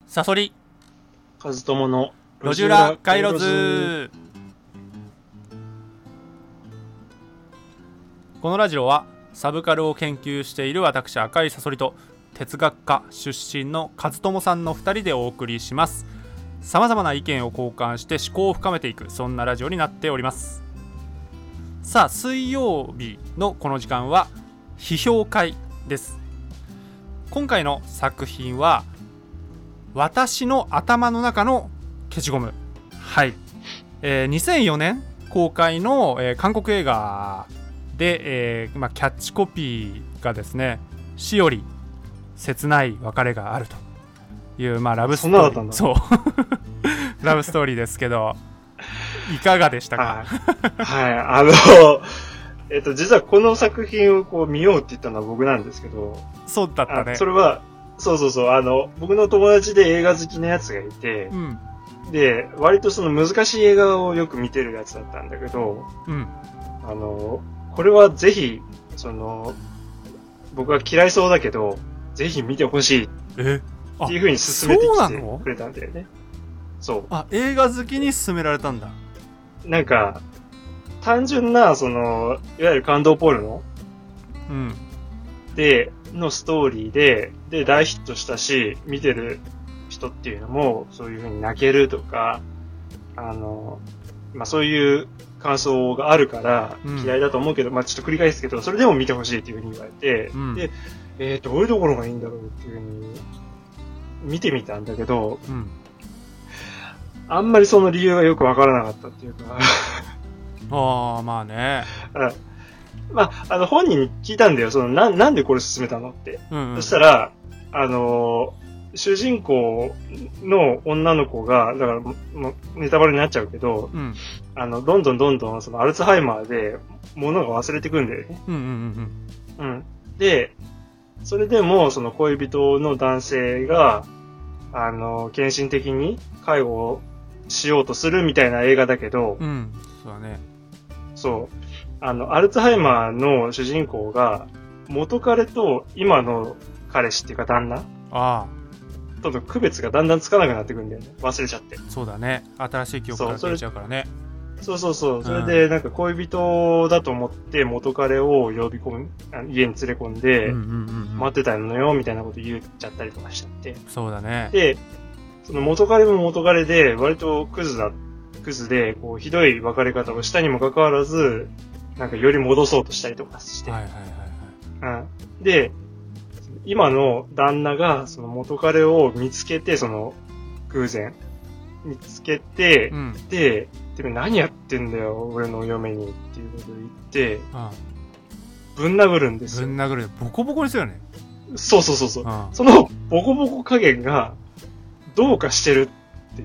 サソリカズトモの路地裏街路図。このラジオはサブカルを研究している私赤いサソリと哲学科出身のカズトモさんの2人でお送りします。さまざまな意見を交換して思考を深めていく、そんなラジオになっております。さあ、水曜日のこの時間は批評会です。今回の作品は私の頭の中の消しゴム。はい、2004年公開の、韓国映画で、キャッチコピーがですね、死より切ない別れがあるという、ラブストーリー。そうラブストーリーですけどいかがでしたか？ はい、実はこの作品をこう見ようって言ったのは僕なんですけど。 そうだったね。 それはそう僕の友達で映画好きなやつがいて、で割とその難しい映画をよく見てるやつだったんだけど、これはぜひ僕は嫌いそうだけどぜひ見てほしいっていう風に勧めてきてくれたんだよね。そう。 映画好きに勧められたんだ。 なんか単純ないわゆる感動ポルノ、でのストーリーで大ヒットしたし、見てる人っていうのもそういう風に泣けるとか、そういう感想があるから嫌いだと思うけど、ちょっと繰り返すけど、それでも見てほしいっていう風に言われて、で、どういうところがいいんだろうっていう風に見てみたんだけど、あんまりその理由がよくわからなかったっていうかまあね。 本人に聞いたんだよ。なんでこれ進めたのって。そしたら、主人公の女の子が、だから、ネタバレになっちゃうけど、どんどんアルツハイマーで物が忘れてくんだよね。で、それでも、恋人の男性が、献身的に介護をしようとするみたいな映画だけど、 そうだね。 そう。アルツハイマーの主人公が、元彼と今の彼氏っていうか旦那との区別がだんだんつかなくなってくるんだよね。忘れちゃって。 そうだね。新しい記憶が消えちゃうからね。 そう。それで、なんか恋人だと思って元彼を呼び込む、家に連れ込んで、待ってたのよ、みたいなこと言っちゃったりとかしちゃって。 そうだね。 で、その元彼も元彼で、割とクズで、こう、ひどい別れ方をしたにもかかわらず、なんかより戻そうとしたりとかして。で、今の旦那が、その元彼を見つけて、偶然、見つけて、でも何やってんだよ、俺の嫁に、っていうことを言って、ぶん殴るんですよ。 ぶん殴る。ボコボコにするよね。 そう。そのボコボコ加減が、どうかしてるっていう。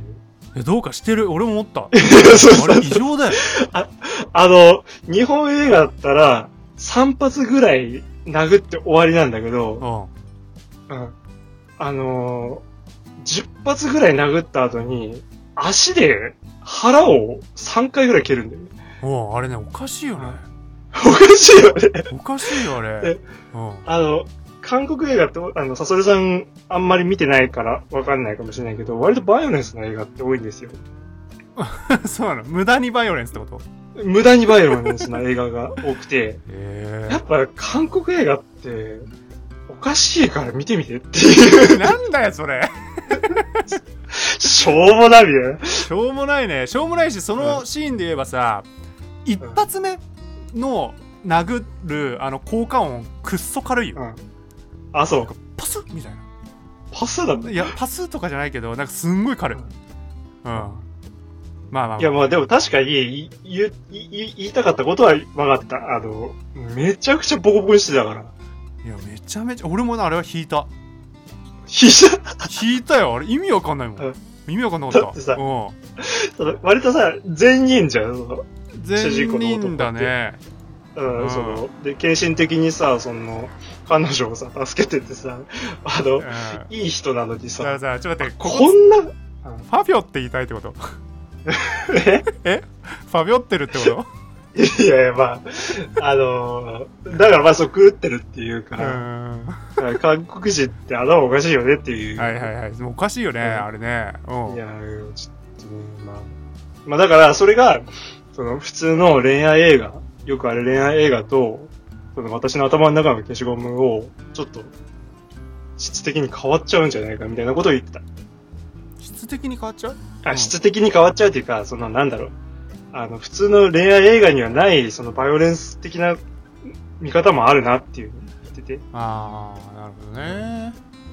どうかしてる。俺も思った。あれ異常だよ。 日本映画だったら、3発ぐらい殴って終わりなんだけど、10発ぐらい殴った後に、足で腹を3回ぐらい蹴るんだよね。 あれね、おかしいよね。 おかしいよね。 おかしいよ、あれ。 韓国映画って、サソリさんあんまり見てないからわかんないかもしれないけど、割とバイオレンスな映画って多いんですよ。 そうなの？無駄にバイオレンスってこと？ 無駄にバイオレンスな映画が多くて、やっぱ韓国映画っておかしいから見てみてっていう。 なんだよそれ。 しょうもないね。 しょうもないね。しょうもないし、そのシーンで言えばさ、一発目の殴る効果音くっそ軽いよ。 そう。 パスみたいな。 パスなんだ。 いや、パスとかじゃないけど、なんかすんごい軽い。いや、でも確かに言いたかったことは分かった。めちゃくちゃボコボコにしてたから。 いや、めちゃめちゃ、俺もあれは引いた。引いたよ。あれ意味わかんないもん。意味わかんなかった。だってさ、 割とさ、善人じゃん。 善人だね。 で、献身的にさ、彼女をさ、助けててさ、いい人なのにさ。 だからさ、ちょっと待って、 こんな、 ファビョって言いたいってこと？ファビョってるってこと？ いやいや、まあ、だからまあそう狂ってるっていうか、韓国人って頭おかしいよねっていう。 はいはいはい。おかしいよね、あれね。 いや、ちょっとね、まあだからそれが、その普通の恋愛映画、よくある恋愛映画と、その私の頭の中の消しゴムを、ちょっと、質的に変わっちゃうんじゃないかみたいなことを言ってた。 質的に変わっちゃう？ 質的に変わっちゃうっていうか、そのなんだろう。普通の恋愛映画にはない、そのバイオレンス的な見方もあるなっていう言ってて。 ああ、なるほどね。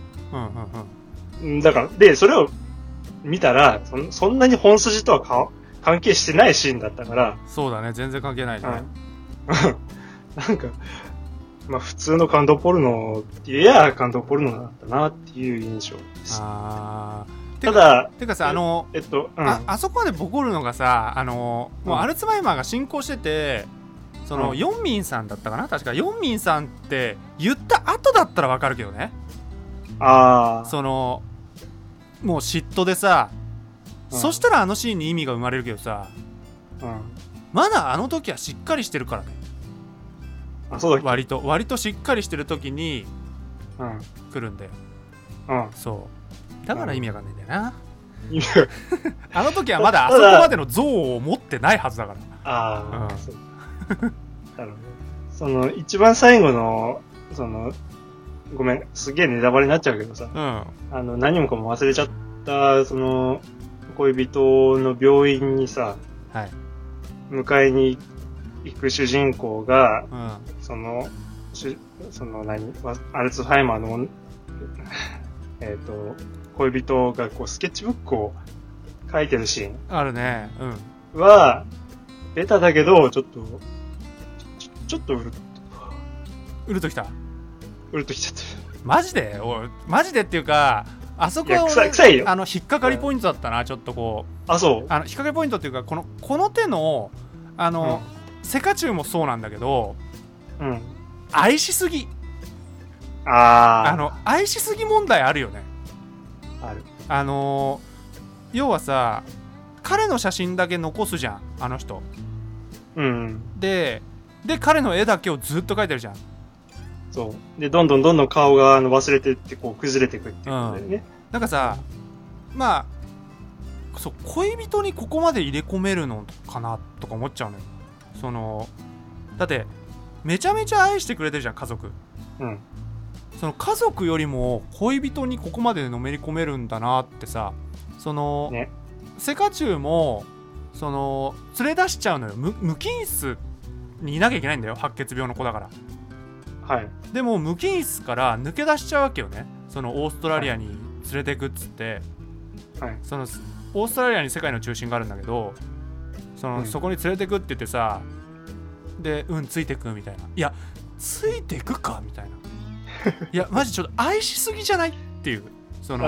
だから、で、それを見たら、そんなに本筋とは関係してないシーンだったから。 そうだね、全然関係ないね。 なんか、まあ普通の感動ポルノって言えば感動ポルノだったなっていう印象です。ただ、 てかさ、あそこまでボコるのがさ、もうアルツハイマーが進行してて、その、ヨンミンさんだったかな、確かヨンミンさんって言った後だったらわかるけどね。その、もう嫉妬でさ、そしたらあのシーンに意味が生まれるけどさ、まだあの時はしっかりしてるからね。 そうだっけ？割としっかりしてる時に来るんだよ。そうだから意味わかんないんだよな。あの時はまだあそこまでの像を持ってないはずだから。 そうなるほど。その一番最後のそのごめん、すげえネタバレになっちゃうけどさ、何もかも忘れちゃったその恋人の病院にさ、迎えに行く主人公が、そのアルツハイマーの恋人がこうスケッチブックを書いてるシーンあるね。 はベタだけどちょっとうるっときた。 うるっときちゃって。 マジでっていうか、あそこは臭いよ。 引っかかりポイントだったな、ちょっとこう。 そう。 引っかかりポイントっていうか、この手のセカチュウもそうなんだけど、愛しすぎ。愛しすぎ問題あるよね。 ある。 要はさ、彼の写真だけ残すじゃん、あの人。で彼の絵だけをずっと描いてるじゃん。 そうでどんどん顔が忘れてってこう崩れていくっていうことだよね。 なんかさ、まあそう、恋人にここまで入れ込めるのかなとか思っちゃうのよ。そのだってめちゃめちゃ愛してくれてるじゃん、家族。その家族よりも恋人にここまでのめり込めるんだなってさ、その、セカチュウもその連れ出しちゃうのよ。無菌室にいなきゃいけないんだよ、白血病の子だから。でも無菌室から抜け出しちゃうわけよね。そのオーストラリアに連れてくっつって、そのオーストラリアに世界の中心があるんだけど、そこに連れてくって言ってさ、でついてくみたいな。いやついてくかみたいな。いやマジちょっと愛しすぎじゃないっていう。そう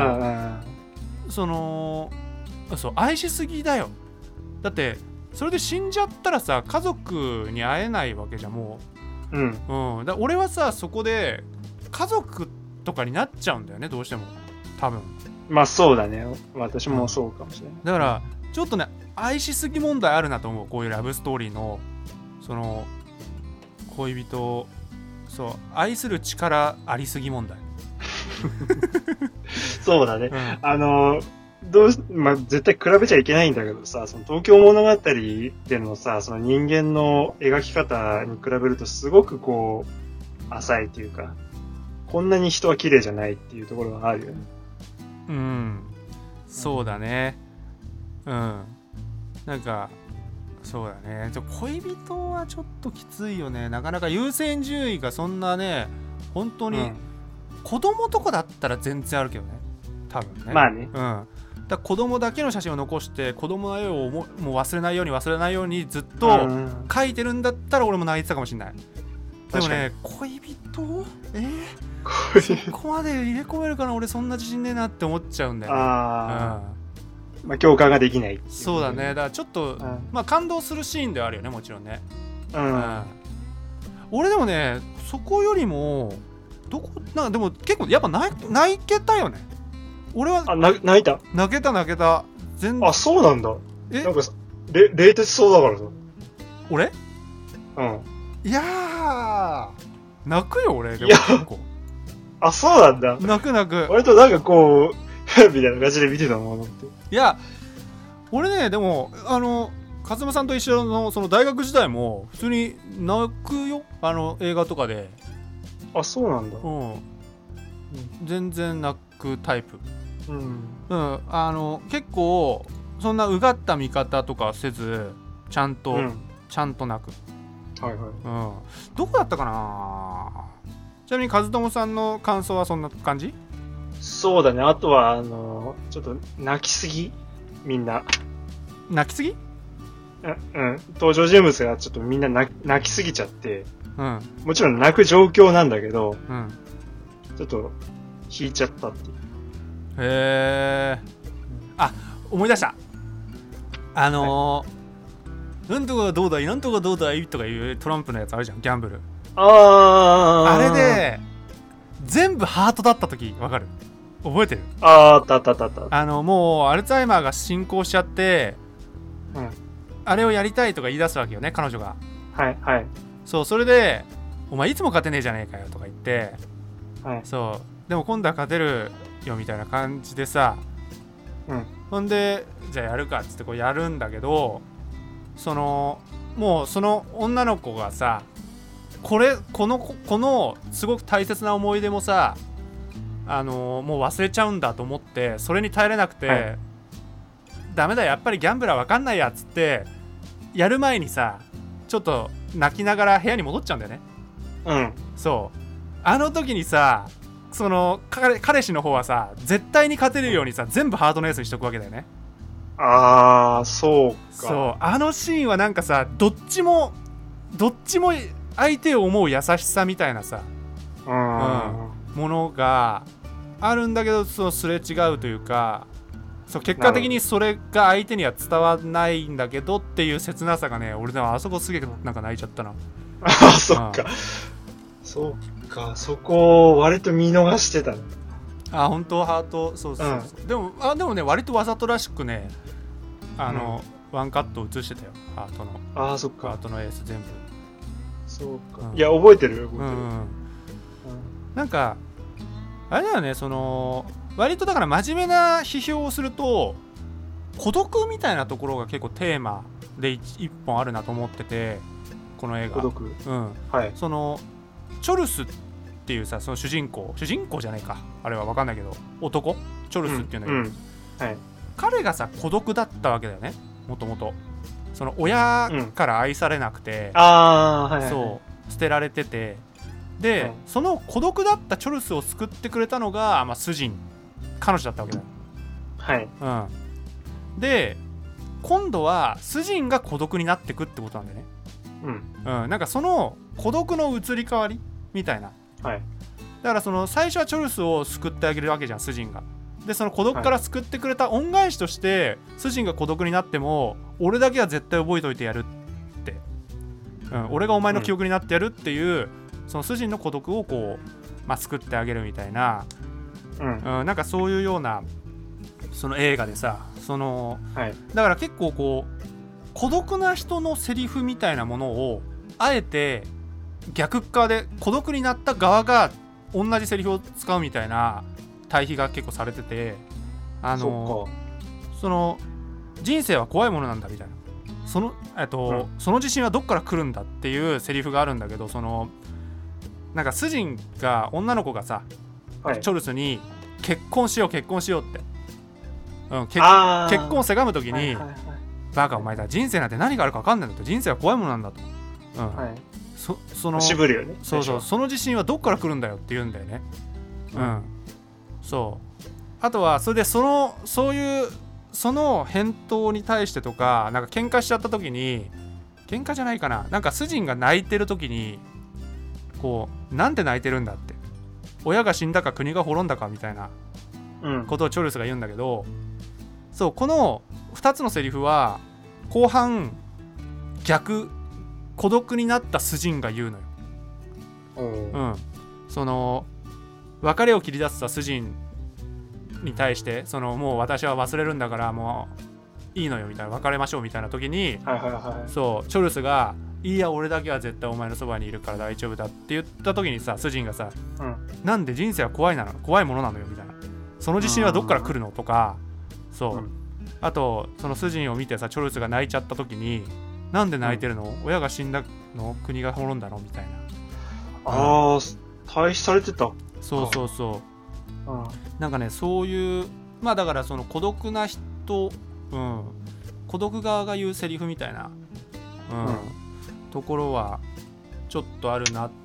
愛しすぎだよ。だってそれで死んじゃったらさ、家族に会えないわけじゃん、もう。だ俺はさ、そこで家族とかになっちゃうんだよね、どうしても。多分。 まあそうだね、私もそうかもしれない。 だからちょっとね、愛しすぎ問題あるなと思う。こういうラブストーリーのその恋人、愛する力ありすぎ問題。 そうだね。絶対比べちゃいけないんだけどさ、その東京物語でのさ、その人間の描き方に比べるとすごくこう、浅いというか、こんなに人は綺麗じゃないっていうところがあるよね。 そうだね。なんか、そうだね。恋人はちょっときついよね。なかなか優先順位がそんなね、本当に、子供とかだったら全然あるけどね。多分ね。 まあね。 だ子供だけの写真を残して、子供の絵をもう忘れないようにずっと描いてるんだったら俺も泣いてたかもしれない。でもね、恋人そこまで入れ込めるかな、俺そんな自信ねえなって思っちゃうんだよね。 まあ共感ができない。 そうだね。だからちょっと、まあ感動するシーンではあるよね、もちろんね。俺でもね、そこよりもでも結構やっぱ泣けたよね。俺は泣いた。 泣けた。 そうなんだ。なんか冷徹そうだからさ。 俺うん。 いやー泣くよ俺でも結構。 あ、そうなんだ。 泣く。 割となんかこうみたいな感じで見てたものって。 いや俺ねでも風間さんと一緒のその大学時代も普通に泣くよ映画とかで。 あ、そうなんだ。 全然泣くタイプ。 うん結構そんなうがった見方とかせずちゃんと泣く。 はいはい。 どこだったかな。ちなみに和友さんの感想はそんな感じ？ そうだね。あとはちょっと泣きすぎ、みんな。 泣きすぎ？ 登場人物がちょっとみんな泣きすぎちゃって、もちろん泣く状況なんだけど、ちょっと引いちゃったっていう。 へー。あ、思い出した。なんとかどうだいなんとかどうだいとかいうトランプのやつあるじゃん、ギャンブル。あれで全部ハートだった時わかる？覚えてる？ あった。 もうアルツハイマーが進行しちゃって、あれをやりたいとか言い出すわけよね、彼女が。 はいはい。 そう、それでお前いつも勝てねえじゃねえかよとか言って、そうでも今度は勝てるよみたいな感じでさ、ほんでじゃあやるかっつってこうやるんだけど、もうその女の子がさ、このすごく大切な思い出もさ、もう忘れちゃうんだと思って、それに耐えれなくて、ダメだやっぱりギャンブラーわかんないやっつってやる前にさ、ちょっと泣きながら部屋に戻っちゃうんだよね。そうあの時にさ、その彼氏の方はさ、絶対に勝てるようにさ、全部ハートのエースにしとくわけだよね。 そうか。 そうあのシーンはなんかさ、どっちも相手を思う優しさみたいなさ、ものがあるんだけど、そうすれ違うというか、そう結果的にそれが相手には伝わらないんだけどっていう切なさがね、俺でもあそこすげえなんか泣いちゃったな。 そっか。そうか、そこを割と見逃してたね。 本当ハート、そう、でもね、割とわざとらしくね、ワンカット映してたよ、ハートの。 そっか。 ハートのエース全部。 そうか。いや、覚えてる。 なんかあれだよね、割とだから真面目な批評をすると、孤独みたいなところが結構テーマで一本あるなと思ってて、この映画。 孤独。 はい。チョルスっていうさ、その主人公じゃないか、あれは分かんないけど、男チョルスっていうんだけど、彼がさ孤独だったわけだよね、もともと。その親から愛されなくて、そう捨てられてて、で、その孤独だったチョルスを救ってくれたのが、スジン、彼女だったわけだよ。で今度はスジンが孤独になってくってことなんだよね。なんかその孤独の移り変わりみたいな。だからその最初はチョルスを救ってあげるわけじゃん、スジンが。でその孤独から救ってくれた恩返しとして、スジンが孤独になっても俺だけは絶対覚えといてやるって、俺がお前の記憶になってやるっていう、そのスジンの孤独をこう、救ってあげるみたいな、なんかそういうようなその映画でさ、だから結構こう孤独な人のセリフみたいなものをあえて逆側で孤独になった側が同じセリフを使うみたいな対比が結構されてて、その人生は怖いものなんだみたいな、その自信はどっから来るんだっていうセリフがあるんだけど、なんかスジンが、女の子がさ、チョルスに結婚しようって、結婚をせがむときに、バカお前だ、人生なんて何があるか分かんないんだと、人生は怖いものなんだと、 渋るよね。 その自信はどっから来るんだよって言うんだよね。あとはそれでそういうその返答に対してとか、なんか喧嘩しちゃった時に、喧嘩じゃないかな、なんかスジンが泣いてる時にこう、なんで泣いてるんだって、親が死んだか国が滅んだかみたいなことをチョルスが言うんだけど、そうこの2つのセリフは後半孤独になったスジンが言うのよ。その別れを切り出すスジンに対して、もう私は忘れるんだからもういいのよみたいな、別れましょうみたいな時に、そうチョルスがいや俺だけは絶対お前のそばにいるから大丈夫だって言った時にさ、スジンがさ、なんで人生は怖いものなのよみたいな、その自信はどっから来るのとか、そう、あとそのスジンを見てさ、チョルスが泣いちゃった時に、なんで泣いてるの、親が死んだの、国が滅んだのみたいな。 ああ、退避されてた。 そうそうそう、なんかね、そういうまあだからその孤独な人、孤独側が言うセリフみたいな、ところはちょっとあるなって、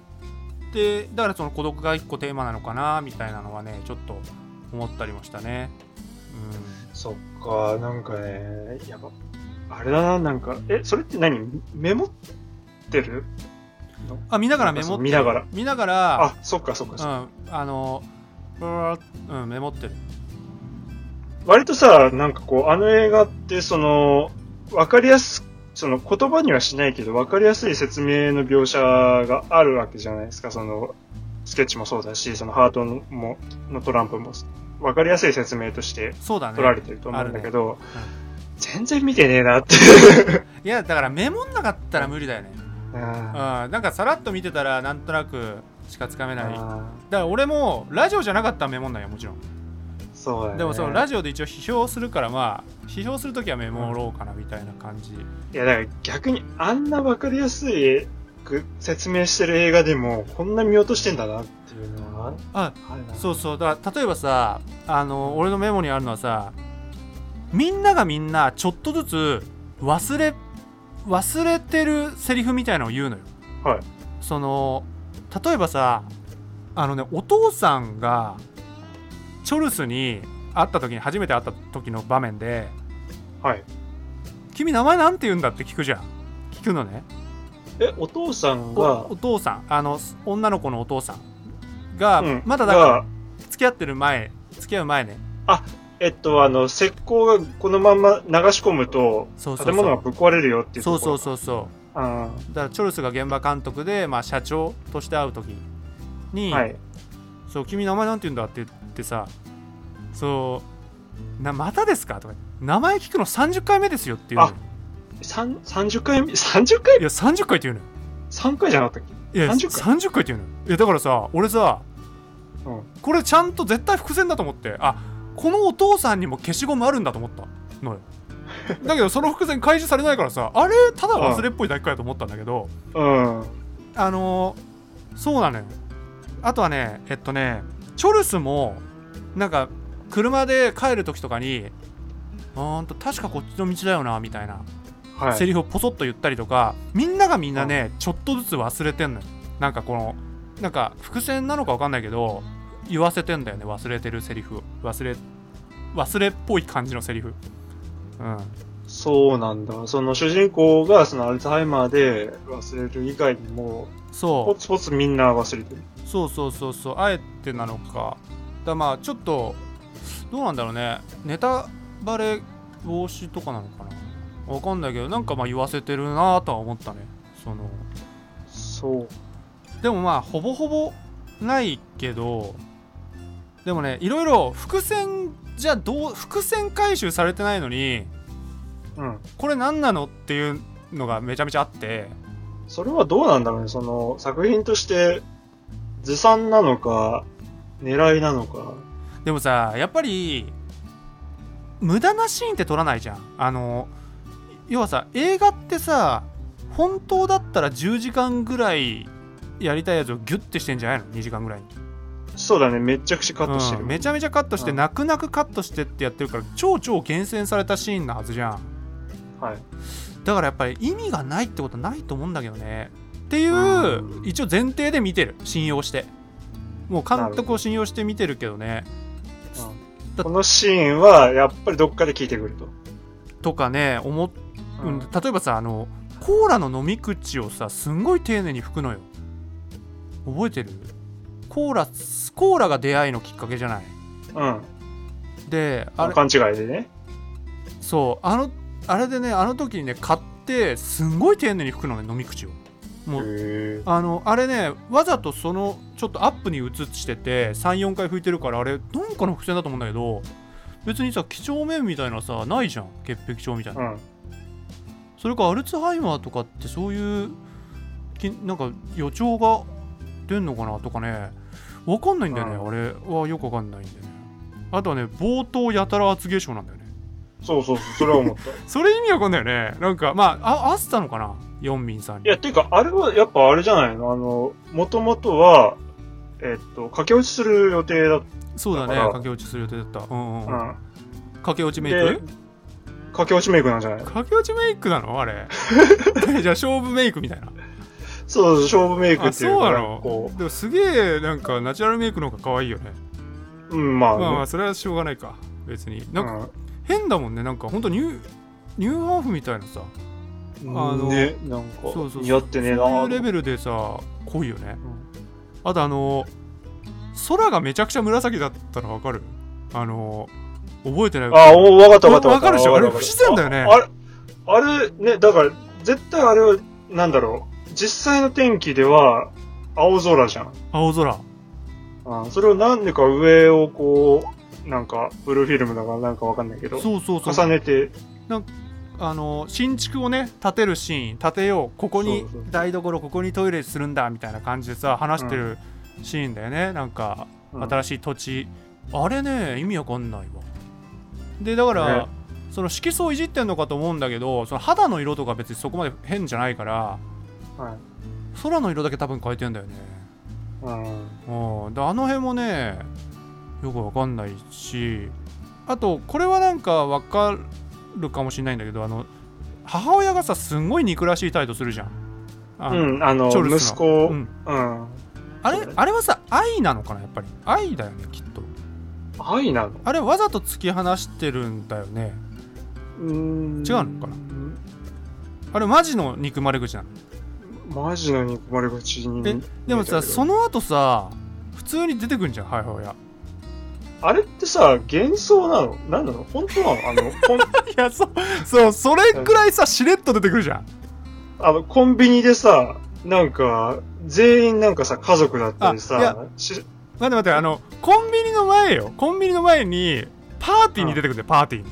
だからその孤独が一個テーマなのかなみたいなのはね、ちょっと思ったりもしたね。 そっか、なんかね、やば、あれだな、なんか、それって何、メモってるの？ あ、見ながらメモってる。見ながら、 あ、そっかそっかそっか。 メモってる。 割とさ、なんかこう、あの映画って、その、わかりやす、その言葉にはしないけど、わかりやすい説明の描写があるわけじゃないですか。その、スケッチもそうだし、そのハートのトランプも、わかりやすい説明として取られてると思うんだけど、全然見てねえなって。 いや、だからメモんなかったら無理だよね。なんかさらっと見てたらなんとなくしかつかめない。だから俺もラジオじゃなかったらメモんないよ、もちろん。 そうだね。 でもそのラジオで一応批評するから、まあ批評するときはメモろうかなみたいな感じ。 いやだから逆にあんな分かりやすい説明してる映画でもこんな見落としてんだなっていうのはあるな。 そうそう、だから例えばさ、俺のメモにあるのはさ、みんなちょっとずつ忘れてるセリフみたいなのを言うのよ。 はい。 その例えばさ、お父さんがチョルスに初めて会った時の場面で、 はい、 君名前なんて言うんだって聞くのね。 お父さんがお父さん、女の子のお父さんが、まだだから付き合う前ね。 あ、石膏がこのまま流し込むと建物がぶっ壊れるよっていうところ。 そうだからチョルスが現場監督で、まあ、社長として会う時に、はい、そう、君名前なんて言うんだって言ってさ、またですかとか、名前聞くの30回目ですよっていうの。 あ、30回目 ?30 回？ いや30回って言うのよ。 3回じゃなかったっけ？ いや30回って言うのよ。いやだからさ、俺さ、これちゃんと絶対伏線だと思って、このお父さんにも消しゴムあるんだと思ったのよ。だけどその伏線開示されないからさ、あれただ忘れっぽいだけかと思ったんだけど、そうなのよ。あとはね、チョルスもなんか車で帰る時とかに、確かこっちの道だよなみたいな、セリフをポソッと言ったりとか、みんながみんなね、ちょっとずつ忘れてんのよ。なんかなんか伏線なのか分かんないけど言わせてんだよね、忘れてるセリフ、忘れっぽい感じのセリフ。 そうなんだ。その主人公がそのアルツハイマーで忘れる以外にも、ポツポツみんな忘れてる。 そうあえてなのかだ、まあちょっとどうなんだろうね、ネタバレ防止とかなのかな、わかんないけど、なんかまあ言わせてるなとは思ったね。 そうでもまあほぼほぼないけど、でもね、いろいろ伏線回収されてないのに、これ何なのっていうのがめちゃめちゃあって、 それはどうなんだろうね。その作品としてずさんなのか狙いなのか。 でもさ、やっぱり無駄なシーンって撮らないじゃん。要はさ、映画ってさ、本当だったら10時間ぐらいやりたいやつをギュッてしてんじゃないの、2時間ぐらいに。 そうだね、めちゃくちゃカットしてる、 めちゃめちゃカットして、泣く泣くカットしてってやってるから、超厳選されたシーンなはずじゃん。だからやっぱり意味がないってことはないと思うんだけどねっていう、一応前提で見てる、信用して、もう監督を信用して見てるけどね。 このシーンはやっぱりどっかで聞いてくるとかね、例えばさ、コーラの飲み口をさ、すんごい丁寧に拭くのよ。覚えてる？コーラが出会いのきっかけじゃない。で、 勘違いでね。 そう、あれでね、あの時にね、買ってすんごい丁寧に拭くのね、飲み口を。もうあれね、わざとちょっとアップに映してて 3,4 回拭いてるから、あれなんかの伏線だと思うんだけど、別にさ、几帳面みたいなさないじゃん、潔癖症みたいな。それかアルツハイマーとかってそういうなんか予兆が出んのかなとかね、わかんないんだよね、あれはよくわかんないんだよね。あとはね、冒頭やたら厚化粧なんだよね。 そう、それは思った。 それ意味わかんないよね。なんか、まあ、あったのかな、ヨンミンさんに。 いや、てか、あれは、やっぱあれじゃないの？もともとは、駆け落ちする予定だった。 そうだね、駆け落ちする予定だった。駆け落ちメイク？ 駆け落ちメイクなんじゃないの？ 駆け落ちメイクなのあれ。じゃあ、勝負メイクみたいな。 そう、勝負メイクっていうか。 そうなの？でもすげえ、なんか、ナチュラルメイクの方が可愛いよね。 まあ、 まあ、それはしょうがないか。別に。なんか、変だもんね。なんか、ほんとニューハーフみたいなさ。 ね、なんか、 そう似合ってねえな。 そういうレベルでさ、濃いよね。あと空がめちゃくちゃ紫だったの分かる？覚えてない？ 分かった。 分かるでしょ？あれ不自然だよね。 あれね、だから絶対あれはなんだろう、実際の天気では青空じゃん。 青空。 それをなんでか上をこうなんかブルーフィルムだからなんか分かんないけど、 そう重ねて新築をね建てるシーン、建てよう、ここに台所、ここにトイレするんだみたいな感じでさ話してるシーンだよね。なんか新しい土地、あれね意味わかんないわ。でだから、その色素をいじってんのかと思うんだけど、その肌の色とか別にそこまで変じゃないから、空の色だけ多分変えてんだよね。であの辺もねよくわかんないし、あとこれはなんかわかるかもしれないんだけど、母親がさすんごい憎らしい態度するじゃん。チョルスの息子、あれはさ愛なのかな？やっぱり愛だよね、きっと。 愛なの？ あれわざと突き放してるんだよね。違うのかな？あれマジの憎まれ口なの？ マジの憎まれ口に。 でもさ、その後さ普通に出てくんじゃん、母親。 あれってさ、幻想なの？何なの？本当なの？いや、それくらいさ、しれっと出てくるじゃん。 コンビニでさ、なんか、全員なんかさ、家族だったりさ、 待って、コンビニの前よ。コンビニの前に、パーティーに出てくるんだよ、パーティーに。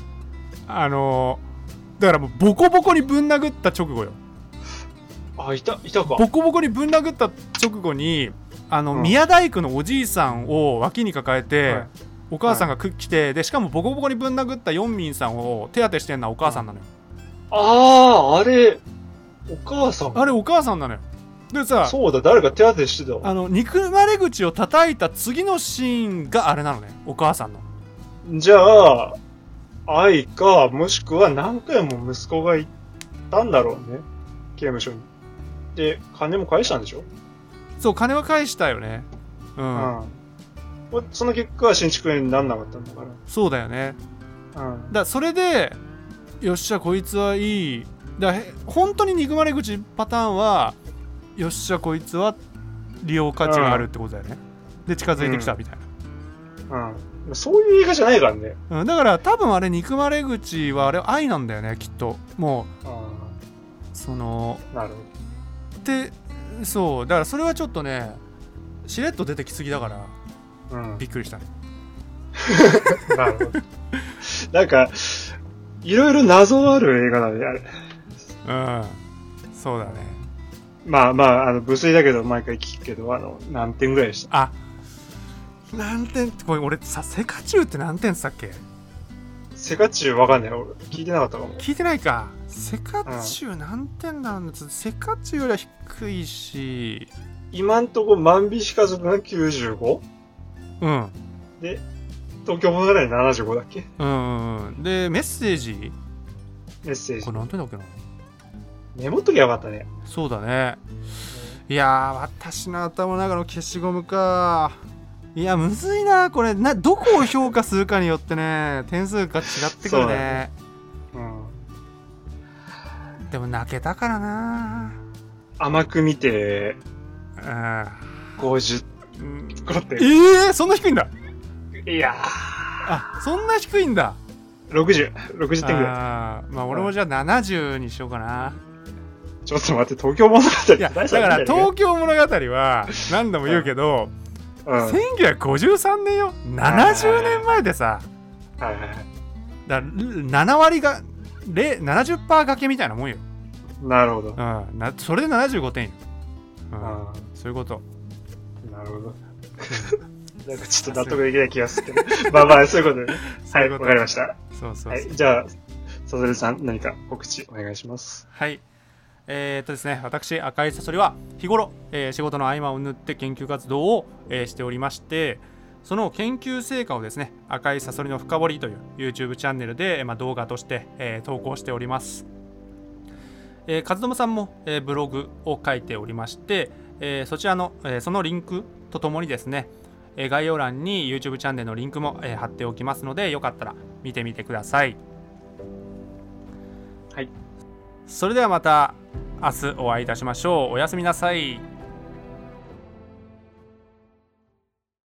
だからもう、ボコボコにぶん殴った直後よ。 いたか。 ボコボコにぶん殴った直後に、宮大工のおじいさんを脇に抱えて、お母さんが来て、でしかもボコボコにぶん殴ったヨンミンさんを手当てしてんのはお母さんなのよ。 あれお母さん？ あれお母さんなのよ。でさ、 そうだ、誰か手当てしてた。 憎まれ口を叩いた次のシーンがあれなのね、お母さんの。 じゃあ愛か、もしくは何回も息子が行ったんだろうね、刑務所に。で金も返したんでしょ？ そう、金は返したよね。 その結果は新築になんなかったんだから。 そうだよね。だそれでよっしゃこいつはいい本当に憎まれ口パターンはよっしゃこいつは利用価値があるってことだよね。で近づいてきたみたいな。そういう映画じゃないからね。 だから多分あれ憎まれ口はあれ愛なんだよね、きっと。もうなるほど。 でそうだからそれはちょっとねしれっと出てきすぎだから、びっくりしたね。 なるほど。なんかいろいろ謎ある映画だね、あれ。 そうだね。 まあ無粋だけど毎回聞くけど、何点ぐらいでした？ 何点って、これ俺さ、セカチュウって何点って言ったっけ？ セカチュウわかんない。俺聞いてなかったかも。 聞いてないか。セカチュウ何点なんだ？セカチュウよりは低いし、 今んとこ万引き家族が 95？ で東京物語75だっけ？ でメッセージこれ何点だっけな。 メモっときゃよかったね。 そうだね。いや私の頭の中の消しゴムか。いやむずいなこれ。どこを評価するかによってね点数が違ってくるね。でも泣けたからな。 甘く見て50 ってそんな低いんだ。 いやそんな低いんだ。 60点ぐらい。 まあ俺もじゃあ70にしようかな。 ちょっと待って、東京物語ってだから東京物語は何度も言うけど、1953年よ。70年前でさ、だ7割が70%掛けみたいなもんよ。 なるほど。 それで75点よ。 そういうこと。 なるほど。なんかちょっと納得できない気がするけど。まあまあ、そういうことでね。はい、わかりました。はい、じゃあ、サソリさん、何か告知お願いします。 はい。ですね、私、赤いサソリは日頃、仕事の合間を縫って研究活動を、しておりまして、その研究成果をですね、赤いサソリの深掘りという YouTube チャンネルで、動画として、投稿しております。和友さんも、ブログを書いておりまして、そちらの、そのリンクとともにですね、概要欄に YouTube チャンネルのリンクも、貼っておきますので、よかったら見てみてください。 はい。 それではまた明日お会いいたしましょう。おやすみなさい。